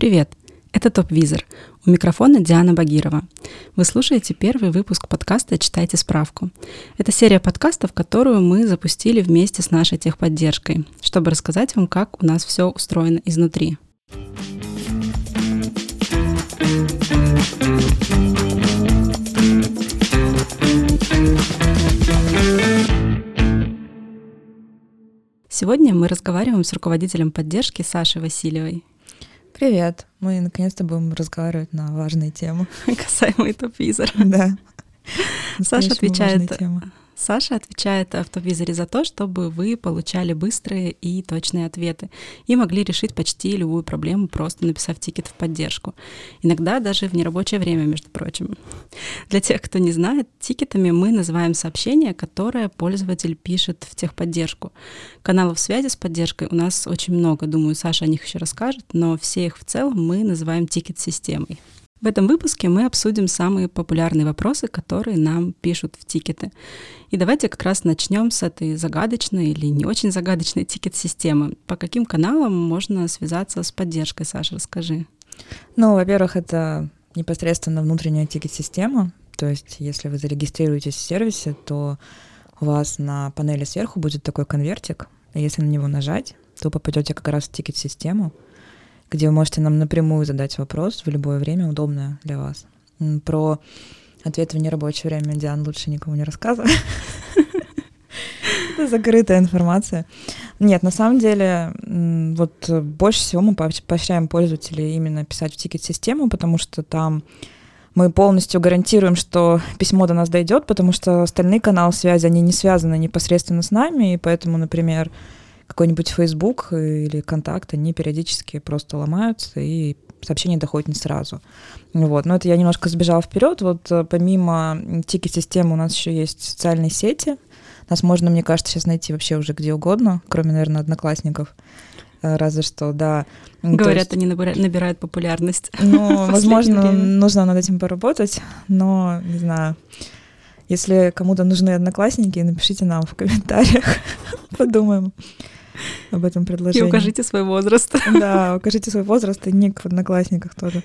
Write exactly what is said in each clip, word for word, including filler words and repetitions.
Привет! Это ТОП-визор. У микрофона Диана Багирова. Вы слушаете первый выпуск подкаста «Читайте справку». Это серия подкастов, которую мы запустили вместе с нашей техподдержкой, чтобы рассказать вам, как у нас все устроено изнутри. Сегодня мы разговариваем с руководителем поддержки Сашей Васильевой. Привет! Мы наконец-то будем разговаривать на важные темы. Касаемые ТОП-визора. Да. Саша отвечает, Саша отвечает в ТОП-визоре за то, чтобы вы получали быстрые и точные ответы и могли решить почти любую проблему, просто написав тикет в поддержку. Иногда даже в нерабочее время, между прочим. Для тех, кто не знает, тикетами мы называем сообщение, которое пользователь пишет в техподдержку. Каналов связи с поддержкой у нас очень много, думаю, Саша о них еще расскажет, но все их в целом мы называем тикет-системой. В этом выпуске мы обсудим самые популярные вопросы, которые нам пишут в тикеты. И давайте как раз начнем с этой загадочной или не очень загадочной тикет-системы. По каким каналам можно связаться с поддержкой, Саша, расскажи. Ну, во-первых, это непосредственно внутренняя тикет-система. То есть, если вы зарегистрируетесь в сервисе, то у вас на панели сверху будет такой конвертик. И если на него нажать, то попадете как раз в тикет-систему, где вы можете нам напрямую задать вопрос в любое время, удобное для вас. Про ответы в нерабочее время, Диан, лучше никому не рассказывай. Это закрытая информация. Нет, на самом деле, вот больше всего мы поощряем пользователей именно писать в тикет-систему, потому что там мы полностью гарантируем, что письмо до нас дойдет, потому что остальные каналы связи, они не связаны непосредственно с нами, и поэтому, например, какой-нибудь Facebook или Контакт, они периодически просто ломаются, и сообщение доходит не сразу. Вот. Но это я немножко сбежала вперед. Вот помимо тикет-системы у нас еще есть социальные сети. Нас можно, мне кажется, сейчас найти вообще уже где угодно, кроме, наверное, Одноклассников. Разве что, да. Говорят, есть, они набирают популярность. Ну, возможно, нужно над этим поработать, но, не знаю, если кому-то нужны Одноклассники, напишите нам в комментариях, подумаем об этом предложении. И укажите свой возраст. Да, укажите свой возраст и ник в Одноклассниках тоже.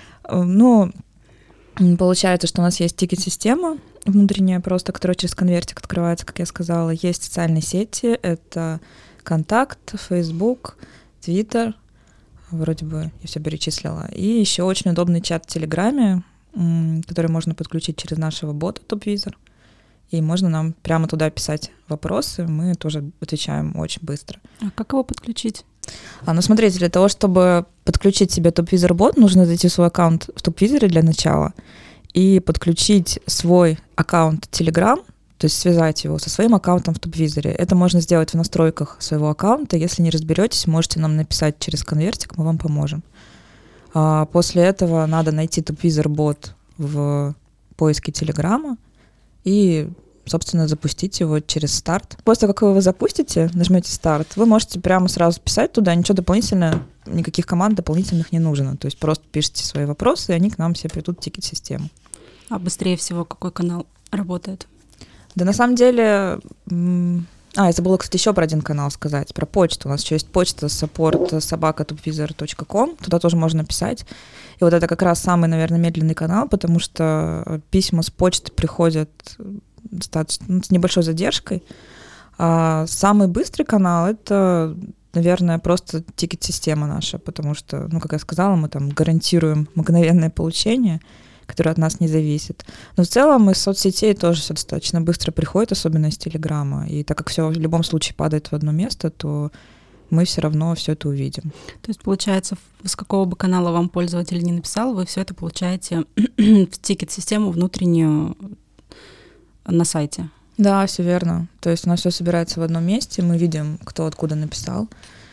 Ну, получается, что у нас есть тикет-система внутренняя просто, которая через конвертик открывается, как я сказала. Есть социальные сети, это Контакт, Facebook, Twitter, вроде бы я все перечислила. И еще очень удобный чат в Телеграме, который можно подключить через нашего бота ТОП-визор. И можно нам прямо туда писать вопросы, мы тоже отвечаем очень быстро. А как его подключить? А, ну смотрите, для того, чтобы подключить себе ТОП-визор бот, нужно зайти в свой аккаунт в ТОП-визоре для начала и подключить свой аккаунт Telegram, то есть связать его со своим аккаунтом в ТОП-визоре. Это можно сделать в настройках своего аккаунта. Если не разберетесь, можете нам написать через конвертик, мы вам поможем. А после этого надо найти ТОП-визор бот в поиске Телеграма и, собственно, запустить его через старт. После того, как вы его запустите, нажмете старт, вы можете прямо сразу писать туда, ничего дополнительного, никаких команд дополнительных не нужно. То есть просто пишите свои вопросы, и они к нам все придут в тикет-систему. А быстрее всего какой канал работает? Да на самом деле... А, я забыла, кстати, еще про один канал сказать, про почту. У нас еще есть почта support собака топвизор точка ком, туда тоже можно писать. И вот это как раз самый, наверное, медленный канал, потому что письма с почты приходят достаточно, ну, с небольшой задержкой. А самый быстрый канал — это, наверное, просто тикет-система наша, потому что, ну, как я сказала, мы там гарантируем мгновенное получение, которое от нас не зависит. Но в целом из соцсетей тоже все достаточно быстро приходит, особенно из Телеграма. И так как все в любом случае падает в одно место, то мы все равно все это увидим. То есть, получается, с какого бы канала вам пользователь не написал, вы все это получаете в тикет-систему внутреннюю на сайте? Да, все верно. То есть у нас все собирается в одном месте, мы видим, кто откуда написал,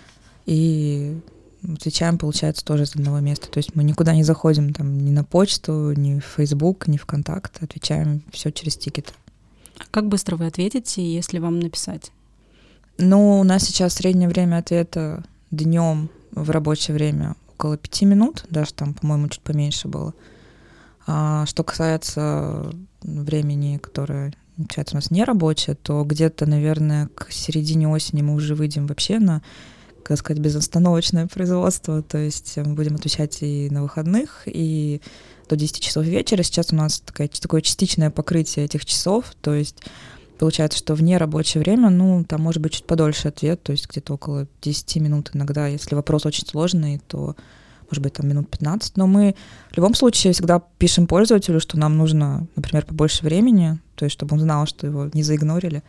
и отвечаем, получается, тоже из одного места. То есть мы никуда не заходим там ни на почту, ни в Facebook, ни в Контакт, отвечаем все через тикет. А как быстро вы ответите, если вам написать? Ну, у нас сейчас среднее время ответа днем в рабочее время около пяти минут, даже там, по-моему, чуть поменьше было. А что касается времени, которое, получается, у нас не рабочее, то где-то, наверное, к середине осени мы уже выйдем вообще на как сказать, безостановочное производство, то есть мы будем отвечать и на выходных, и до десяти часов вечера. Сейчас у нас такое, такое частичное покрытие этих часов, то есть получается, что вне рабочее время, ну, там может быть чуть подольше ответ, то есть где-то около десяти минут иногда, если вопрос очень сложный, то может быть, там минут пятнадцать, но мы в любом случае всегда пишем пользователю, что нам нужно, например, побольше времени, то есть чтобы он знал, что его не заигнорили.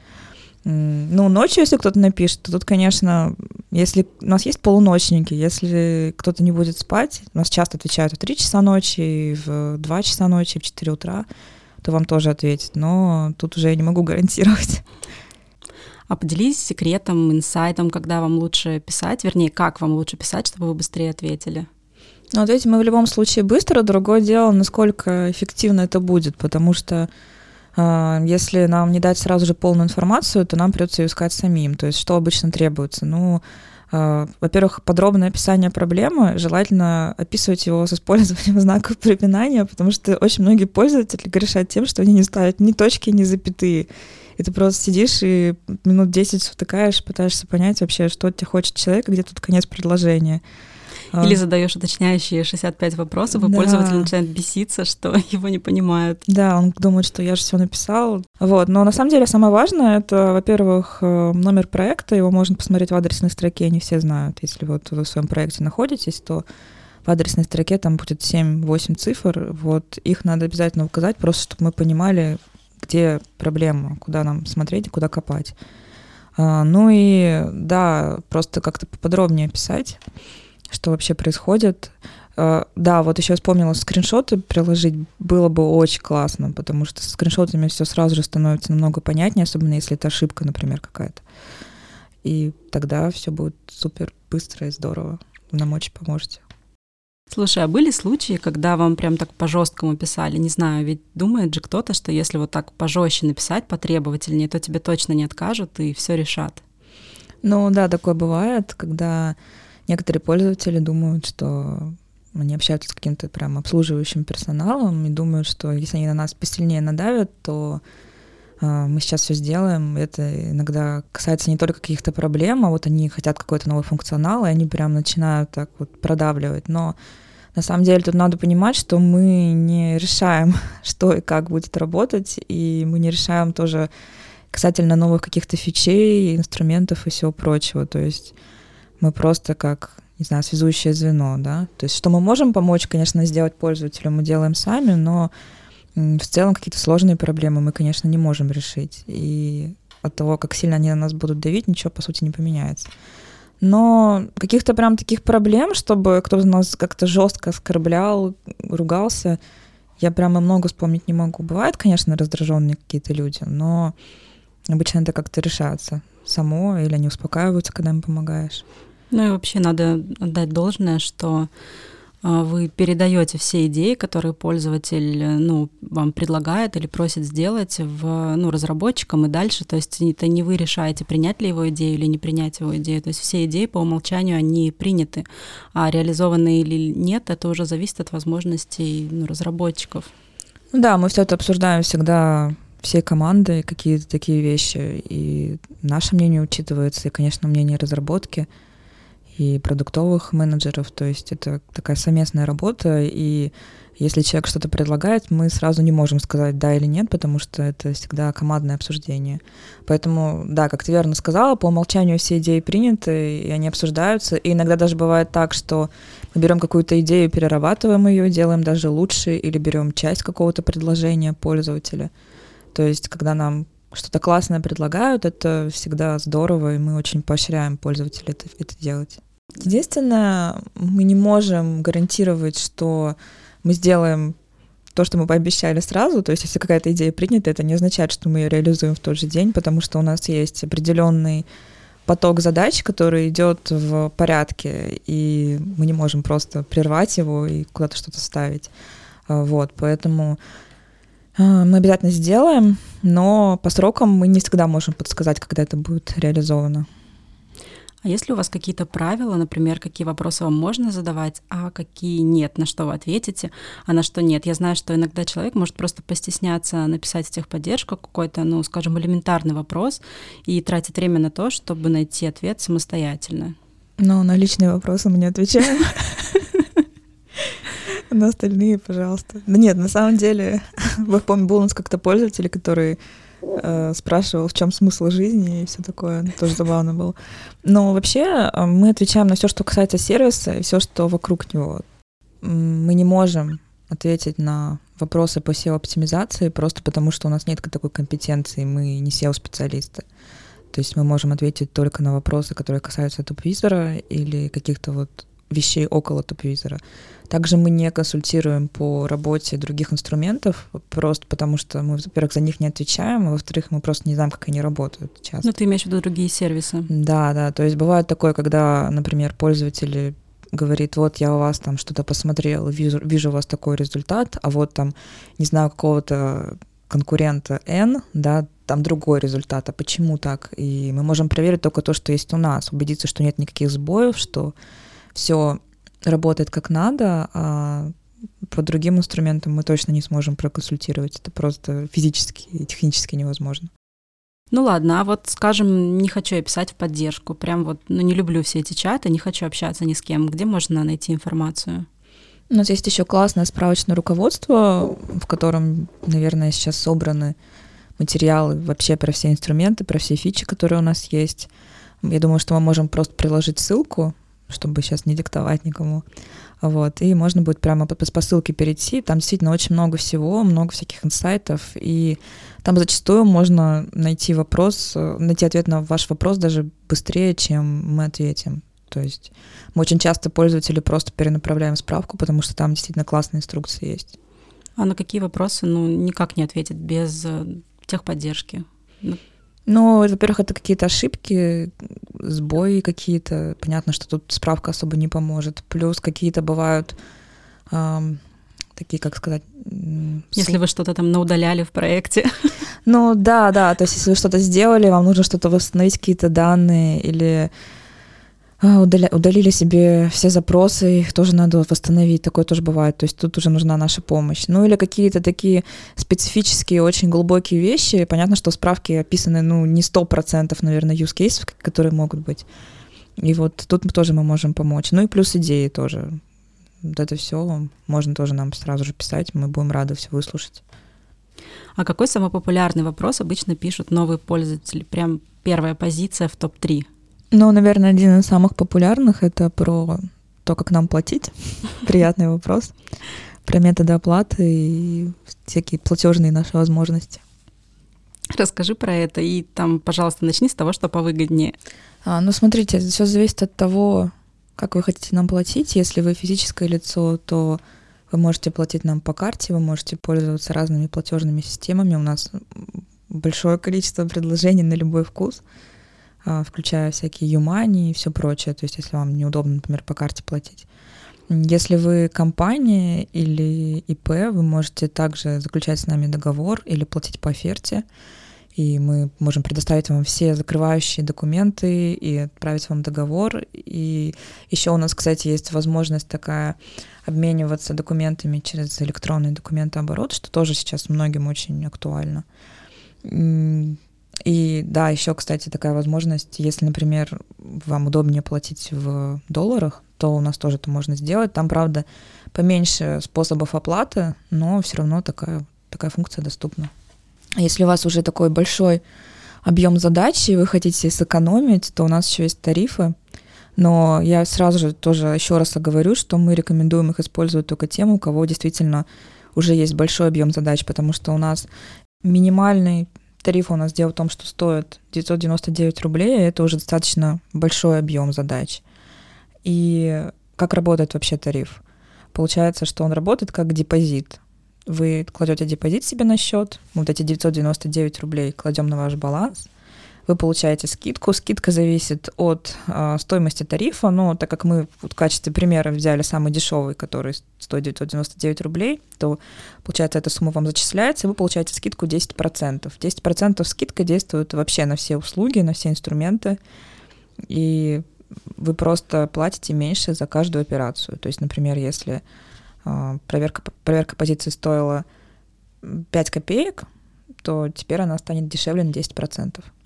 Ну, ночью, если кто-то напишет, то тут, конечно, если у нас есть полуночники, если кто-то не будет спать, у нас часто отвечают в три часа ночи, в два часа ночи, в четыре утра, то вам тоже ответят, но тут уже я не могу гарантировать. А поделись секретом, инсайтом, когда вам лучше писать, вернее, как вам лучше писать, чтобы вы быстрее ответили? Ну, ответим мы в любом случае быстро, другое дело, насколько эффективно это будет, потому что э, если нам не дать сразу же полную информацию, то нам придется ее искать самим. То есть что обычно требуется? Ну, э, во-первых, подробное описание проблемы, желательно описывать его с использованием знаков препинания, потому что очень многие пользователи грешат тем, что они не ставят ни точки, ни запятые. И ты просто сидишь и минут десять втыкаешь, пытаешься понять вообще, что от тебя хочет человек, где тут конец предложения. Или задаешь уточняющие шестьдесят пять вопросов, и да. Пользователь начинает беситься, что его не понимают. Да, он думает, что я же все написал. Вот. Но на самом деле самое важное — это, во-первых, номер проекта. Его можно посмотреть в адресной строке, не все знают. Если вот вы в своем проекте находитесь, то в адресной строке там будет семь-восемь цифр. Вот их надо обязательно указать, просто чтобы мы понимали, где проблема, куда нам смотреть и куда копать. А, ну и да, просто как-то поподробнее описать, что вообще происходит. А, да, вот еще вспомнила, скриншоты приложить было бы очень классно, потому что с скриншотами все сразу же становится намного понятнее, особенно если это ошибка, например, какая-то. И тогда все будет супер быстро и здорово. Вы нам очень поможете. Слушай, а были случаи, когда вам прям так по-жесткому писали? Не знаю, ведь думает же кто-то, что если вот так пожестче написать, потребовательнее, то тебе точно не откажут и все решат. Ну да, такое бывает, когда некоторые пользователи думают, что они общаются с каким-то прям обслуживающим персоналом и думают, что если они на нас посильнее надавят, то э, мы сейчас все сделаем. Это иногда касается не только каких-то проблем, а вот они хотят какой-то новый функционал, и они прям начинают так вот продавливать. Но на самом деле тут надо понимать, что мы не решаем, что и как будет работать, и мы не решаем тоже касательно новых каких-то фичей, инструментов и всего прочего. То есть мы просто как, не знаю, связующее звено, да. То есть что мы можем помочь, конечно, сделать пользователю, мы делаем сами, но в целом какие-то сложные проблемы мы, конечно, не можем решить. И от того, как сильно они на нас будут давить, ничего, по сути, не поменяется. Но каких-то прям таких проблем, чтобы кто-то нас как-то жестко оскорблял, ругался, я прямо много вспомнить не могу. Бывают, конечно, раздраженные какие-то люди, но обычно это как-то решается само, или они успокаиваются, когда им помогаешь. Ну и вообще надо отдать должное, что вы передаете все идеи, которые пользователь, ну, вам предлагает или просит сделать в, ну, разработчикам и дальше. То есть это не вы решаете, принять ли его идею или не принять его идею. То есть все идеи по умолчанию, они приняты, а реализованы или нет, это уже зависит от возможностей, ну, разработчиков. Ну да, мы все это обсуждаем всегда всей командой, какие-то такие вещи, и наше мнение учитывается, и, конечно, мнение разработки и продуктовых менеджеров, то есть это такая совместная работа, и если человек что-то предлагает, мы сразу не можем сказать да или нет, потому что это всегда командное обсуждение. Поэтому, да, как ты верно сказала, по умолчанию все идеи приняты, и они обсуждаются, и иногда даже бывает так, что мы берем какую-то идею, перерабатываем ее, делаем даже лучше, или берем часть какого-то предложения пользователя. То есть, когда нам что-то классное предлагают, это всегда здорово, и мы очень поощряем пользователей это, это делать. Единственное, мы не можем гарантировать, что мы сделаем то, что мы пообещали сразу. То есть, если какая-то идея принята, это не означает, что мы ее реализуем в тот же день, потому что у нас есть определенный поток задач, который идет в порядке, и мы не можем просто прервать его и куда-то что-то ставить. Вот, поэтому мы обязательно сделаем, но по срокам мы не всегда можем подсказать, когда это будет реализовано. А есть ли у вас какие-то правила, например, какие вопросы вам можно задавать, а какие нет, на что вы ответите, а на что нет? Я знаю, что иногда человек может просто постесняться написать в техподдержку какой-то, ну, скажем, элементарный вопрос и тратить время на то, чтобы найти ответ самостоятельно. Ну, на личные вопросы мы не отвечаем. На остальные, пожалуйста. Да нет, на самом деле, я помню, был у нас как-то пользователь, который э, спрашивал, в чем смысл жизни и все такое. Тоже забавно было. Но вообще мы отвечаем на все, что касается сервиса и все, что вокруг него. Мы не можем ответить на вопросы по сео-оптимизации просто потому, что у нас нет такой компетенции, мы не сео-специалисты. То есть мы можем ответить только на вопросы, которые касаются топ-визора или каких-то вот вещей около топ-визора. Также мы не консультируем по работе других инструментов, просто потому что мы, во-первых, за них не отвечаем, а во-вторых, мы просто не знаем, как они работают часто. Ну, ты имеешь в виду другие сервисы? Да, да, то есть бывает такое, когда, например, пользователь говорит, вот я у вас там что-то посмотрел, вижу, вижу у вас такой результат, а вот там, не знаю, какого-то конкурента N, да, там другой результат, а почему так? И мы можем проверить только то, что есть у нас, убедиться, что нет никаких сбоев, что все работает как надо, а по другим инструментам мы точно не сможем проконсультировать. Это просто физически и технически невозможно. Ну ладно, а вот, скажем, не хочу я писать в поддержку, прям вот, ну не люблю все эти чаты, не хочу общаться ни с кем. Где можно найти информацию? У нас есть еще классное справочное руководство, в котором, наверное, сейчас собраны материалы вообще про все инструменты, про все фичи, которые у нас есть. Я думаю, что мы можем просто приложить ссылку, чтобы сейчас не диктовать никому. Вот. И можно будет прямо по, по ссылке перейти. Там действительно очень много всего, много всяких инсайтов. И там зачастую можно найти вопрос, найти ответ на ваш вопрос даже быстрее, чем мы ответим. То есть мы очень часто пользователю просто перенаправляем справку, потому что там действительно классные инструкции есть. А на какие вопросы, ну, никак не ответить без техподдержки? Ну, во-первых, это какие-то ошибки, сбои какие-то. Понятно, что тут справка особо не поможет. Плюс какие-то бывают эм, такие, как сказать... Если вы что-то там наудаляли в проекте. Ну, да, да. То есть если вы что-то сделали, вам нужно что-то восстановить, какие-то данные, или удаля... удалили себе все запросы, их тоже надо восстановить. Такое тоже бывает. То есть тут уже нужна наша помощь. Ну, или какие-то такие специфические, очень глубокие вещи. Понятно, что в справке описаны, ну, не сто процентов, наверное, use cases, которые могут быть. И вот тут тоже мы можем помочь. Ну и плюс идеи тоже. Вот это все можно тоже нам сразу же писать. Мы будем рады все выслушать. А какой самый популярный вопрос обычно пишут новые пользователи? Прям первая позиция в топ три. Ну, наверное, один из самых популярных — это про то, как нам платить. Приятный вопрос. Про методы оплаты и всякие платежные наши возможности. Расскажи про это и там, пожалуйста, начни с того, что повыгоднее. А, ну, смотрите, все зависит от того, как вы хотите нам платить. Если вы физическое лицо, то вы можете платить нам по карте, вы можете пользоваться разными платежными системами. У нас большое количество предложений на любой вкус, включая всякие Юмани и все прочее, то есть если вам неудобно, например, по карте платить. Если вы компания или ИП, вы можете также заключать с нами договор или платить по оферте, и мы можем предоставить вам все закрывающие документы и отправить вам договор. И еще у нас, кстати, есть возможность такая обмениваться документами через электронный документооборот, что тоже сейчас многим очень актуально. И да, еще, кстати, такая возможность, если, например, вам удобнее платить в долларах, то у нас тоже это можно сделать. Там, правда, поменьше способов оплаты, но все равно такая, такая функция доступна. Если у вас уже такой большой объем задач, и вы хотите сэкономить, то у нас еще есть тарифы. Но я сразу же тоже еще раз оговорю, что мы рекомендуем их использовать только тем, у кого действительно уже есть большой объем задач, потому что у нас минимальный тариф у нас дело в том, что стоит девятьсот девяносто девять рублей, и это уже достаточно большой объем задач. И как работает вообще тариф? Получается, что он работает как депозит. Вы кладете депозит себе на счет, вот эти девятьсот девяносто девять рублей кладем на ваш баланс, вы получаете скидку. Скидка зависит от э, стоимости тарифа, но так как мы в качестве примера взяли самый дешевый, который стоит девятьсот девяносто девять рублей, то, получается, эта сумма вам зачисляется, и вы получаете скидку десять процентов. десять процентов скидка действует вообще на все услуги, на все инструменты, и вы просто платите меньше за каждую операцию. То есть, например, если э, проверка, проверка позиции стоила пять копеек, то теперь она станет дешевле на десять процентов.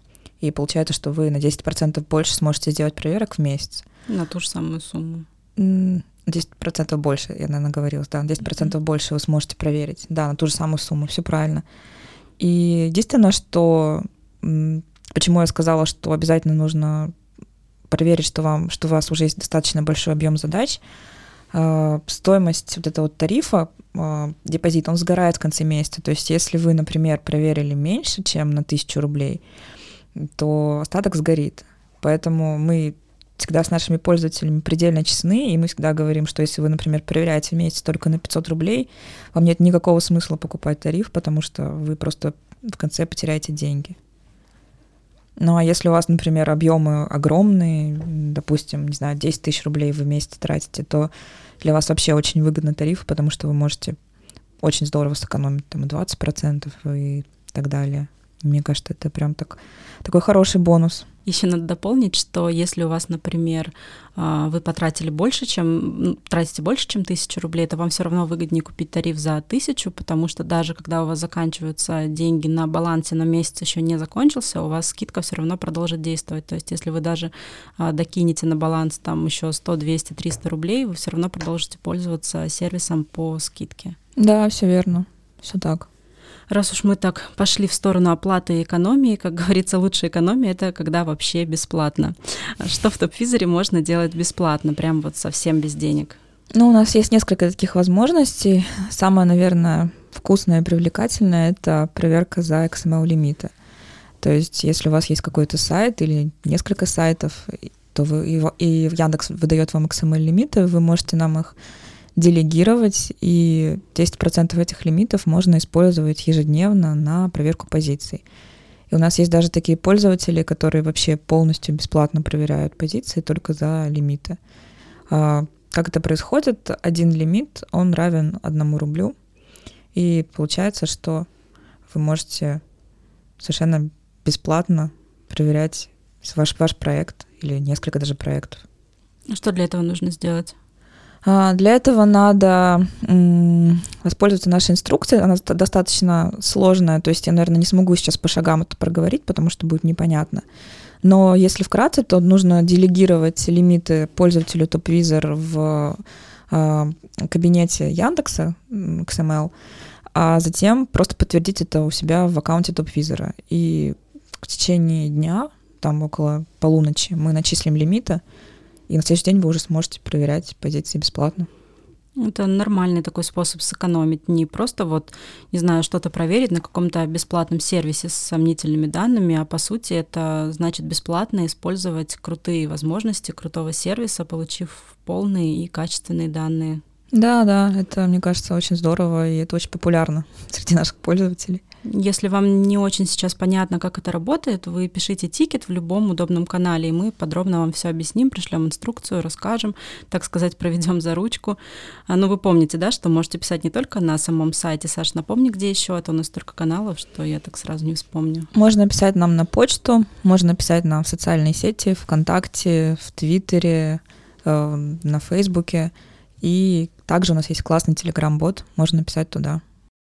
и получается, что вы на десять процентов больше сможете сделать проверок в месяц. На ту же самую сумму. десять процентов больше, я, наверное, говорила, да, десять процентов mm-hmm. больше вы сможете проверить, да, на ту же самую сумму, все правильно. И единственное, что, почему я сказала, что обязательно нужно проверить, что, вам, что у вас уже есть достаточно большой объем задач, стоимость вот этого вот тарифа, депозит, он сгорает в конце месяца. То есть если вы, например, проверили меньше, чем на тысячу рублей, то остаток сгорит. Поэтому мы всегда с нашими пользователями предельно честны, и мы всегда говорим, что если вы, например, проверяете в месяц только на пятьсот рублей, вам нет никакого смысла покупать тариф, потому что вы просто в конце потеряете деньги. Ну, а если у вас, например, объемы огромные, допустим, не знаю, десять тысяч рублей вы в месяц тратите, то для вас вообще очень выгодный тариф, потому что вы можете очень здорово сэкономить там двадцать процентов и так далее. Мне кажется, это прям так, такой хороший бонус. Еще надо дополнить, что если у вас, например, вы потратили больше, чем тратите больше, чем тысячу рублей, то вам все равно выгоднее купить тариф за тысячу, потому что даже когда у вас заканчиваются деньги на балансе, но месяц еще не закончился, у вас скидка все равно продолжит действовать. То есть если вы даже докинете на баланс там еще сто, двести, триста рублей, вы все равно продолжите пользоваться сервисом по скидке. Да, все верно, все так. Раз уж мы так пошли в сторону оплаты и экономии, как говорится, лучшая экономия — это когда вообще бесплатно. Что в TopVisor можно делать бесплатно, прям вот совсем без денег? Ну, у нас есть несколько таких возможностей. Самое, наверное, вкусное и привлекательное — это проверка за икс эм эл-лимиты. То есть если у вас есть какой-то сайт или несколько сайтов, то вы, и Яндекс выдает вам икс эм эл-лимиты, вы можете нам их делегировать, и десять процентов этих лимитов можно использовать ежедневно на проверку позиций. И у нас есть даже такие пользователи, которые вообще полностью бесплатно проверяют позиции только за лимиты. Как это происходит? Один лимит, он равен одному рублю, и получается, что вы можете совершенно бесплатно проверять ваш, ваш проект или несколько даже проектов. Что для этого нужно сделать? Для этого надо воспользоваться нашей инструкцией, она достаточно сложная, то есть я, наверное, не смогу сейчас по шагам это проговорить, потому что будет непонятно. Но если вкратце, то нужно делегировать лимиты пользователю TopVisor в кабинете Яндекса икс эм эл, а затем просто подтвердить это у себя в аккаунте TopVisor. И в течение дня, там около полуночи, мы начислим лимиты, и на следующий день вы уже сможете проверять позиции бесплатно. Это нормальный такой способ сэкономить. Не просто вот, не знаю, что-то проверить на каком-то бесплатном сервисе с сомнительными данными, а по сути это значит бесплатно использовать крутые возможности крутого сервиса, получив полные и качественные данные. Да, да, это, мне кажется, очень здорово, и это очень популярно среди наших пользователей. Если вам не очень сейчас понятно, как это работает, вы пишите тикет в любом удобном канале, и мы подробно вам все объясним, пришлем инструкцию, расскажем, так сказать, проведем за ручку. Ну, вы помните, да, что можете писать не только на самом сайте. Саш, напомни, где еще, а то у нас столько каналов, что я так сразу не вспомню. Можно писать нам на почту, можно писать нам в социальные сети, ВКонтакте, в Твиттере, э, на Фейсбуке. И также у нас есть классный телеграм-бот, можно написать туда.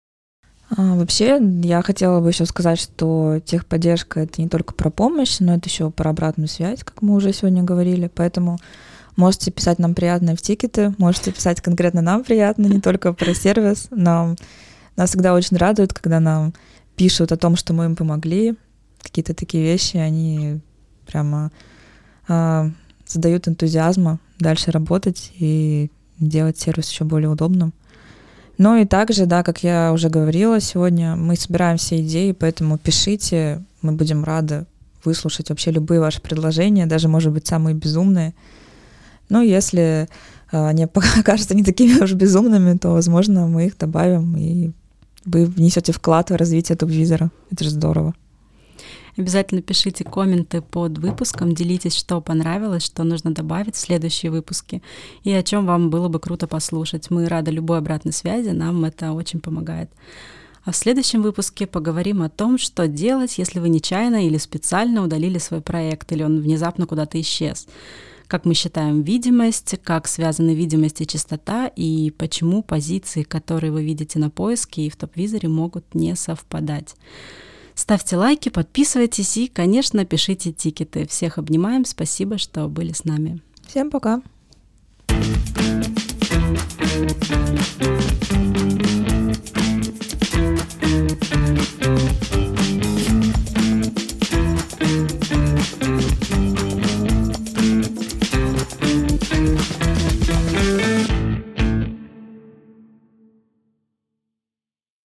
А, вообще, я хотела бы еще сказать, что техподдержка — это не только про помощь, но это еще про обратную связь, как мы уже сегодня говорили. Поэтому можете писать нам приятное в тикеты, можете писать конкретно нам приятно, не только про сервис. Нам, нас всегда очень радует, когда нам пишут о том, что мы им помогли. Какие-то такие вещи, они прямо а, задают энтузиазма дальше работать и делать сервис еще более удобным. Ну и также, да, как я уже говорила сегодня, мы собираем все идеи, поэтому пишите, мы будем рады выслушать вообще любые ваши предложения, даже, может быть, самые безумные. Ну, если э, они окажутся не такими уж безумными, то, возможно, мы их добавим, и вы внесете вклад в развитие TopVisor. Это же здорово. Обязательно пишите комменты под выпуском, делитесь, что понравилось, что нужно добавить в следующие выпуски и о чем вам было бы круто послушать. Мы рады любой обратной связи, нам это очень помогает. А в следующем выпуске поговорим о том, что делать, если вы нечаянно или специально удалили свой проект, или он внезапно куда-то исчез. Как мы считаем видимость, как связаны видимость и частота, и почему позиции, которые вы видите на поиске и в TopVisor, могут не совпадать. Ставьте лайки, подписывайтесь и, конечно, пишите тикеты. Всех обнимаем. Спасибо, что были с нами. Всем пока. Thank you.